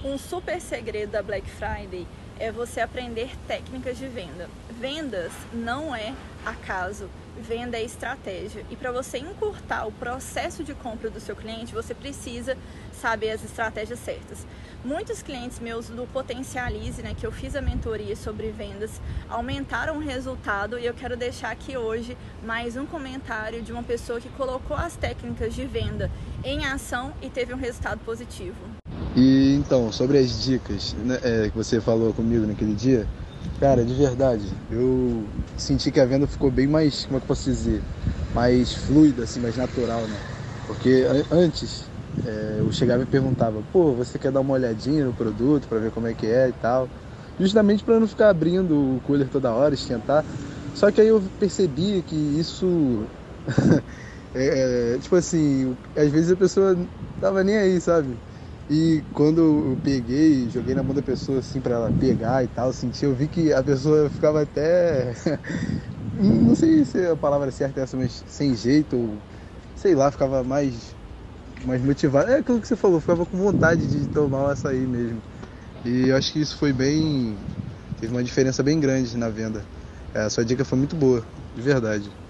Um super segredo da Black Friday é você aprender técnicas de venda. Vendas não é acaso, venda é estratégia. E para você encurtar o processo de compra do seu cliente, você precisa saber as estratégias certas. Muitos clientes meus do Potencialize, que eu fiz a mentoria sobre vendas, aumentaram o resultado, e eu quero deixar aqui hoje mais um comentário de uma pessoa que colocou as técnicas de venda em ação e teve um resultado positivo. E então, sobre as dicas, né, que você falou comigo naquele dia, cara, de verdade, eu senti que a venda ficou bem mais, como é que eu posso dizer, mais fluida, assim, mais natural, né? Porque antes eu chegava e perguntava, pô, você quer dar uma olhadinha no produto pra ver como é que é e tal, justamente pra não ficar abrindo o cooler toda hora, esquentar. Só que aí eu percebi que isso, tipo assim, às vezes a pessoa tava nem aí, sabe? E quando eu peguei, joguei na mão da pessoa assim pra ela pegar e tal, senti, eu vi que a pessoa ficava até, não sei se a palavra certa é essa, mas sem jeito, ou sei lá, ficava mais motivada. É aquilo que você falou, ficava com vontade de tomar o açaí mesmo. E eu acho que isso foi bem, teve uma diferença bem grande na venda. A sua dica foi muito boa, de verdade.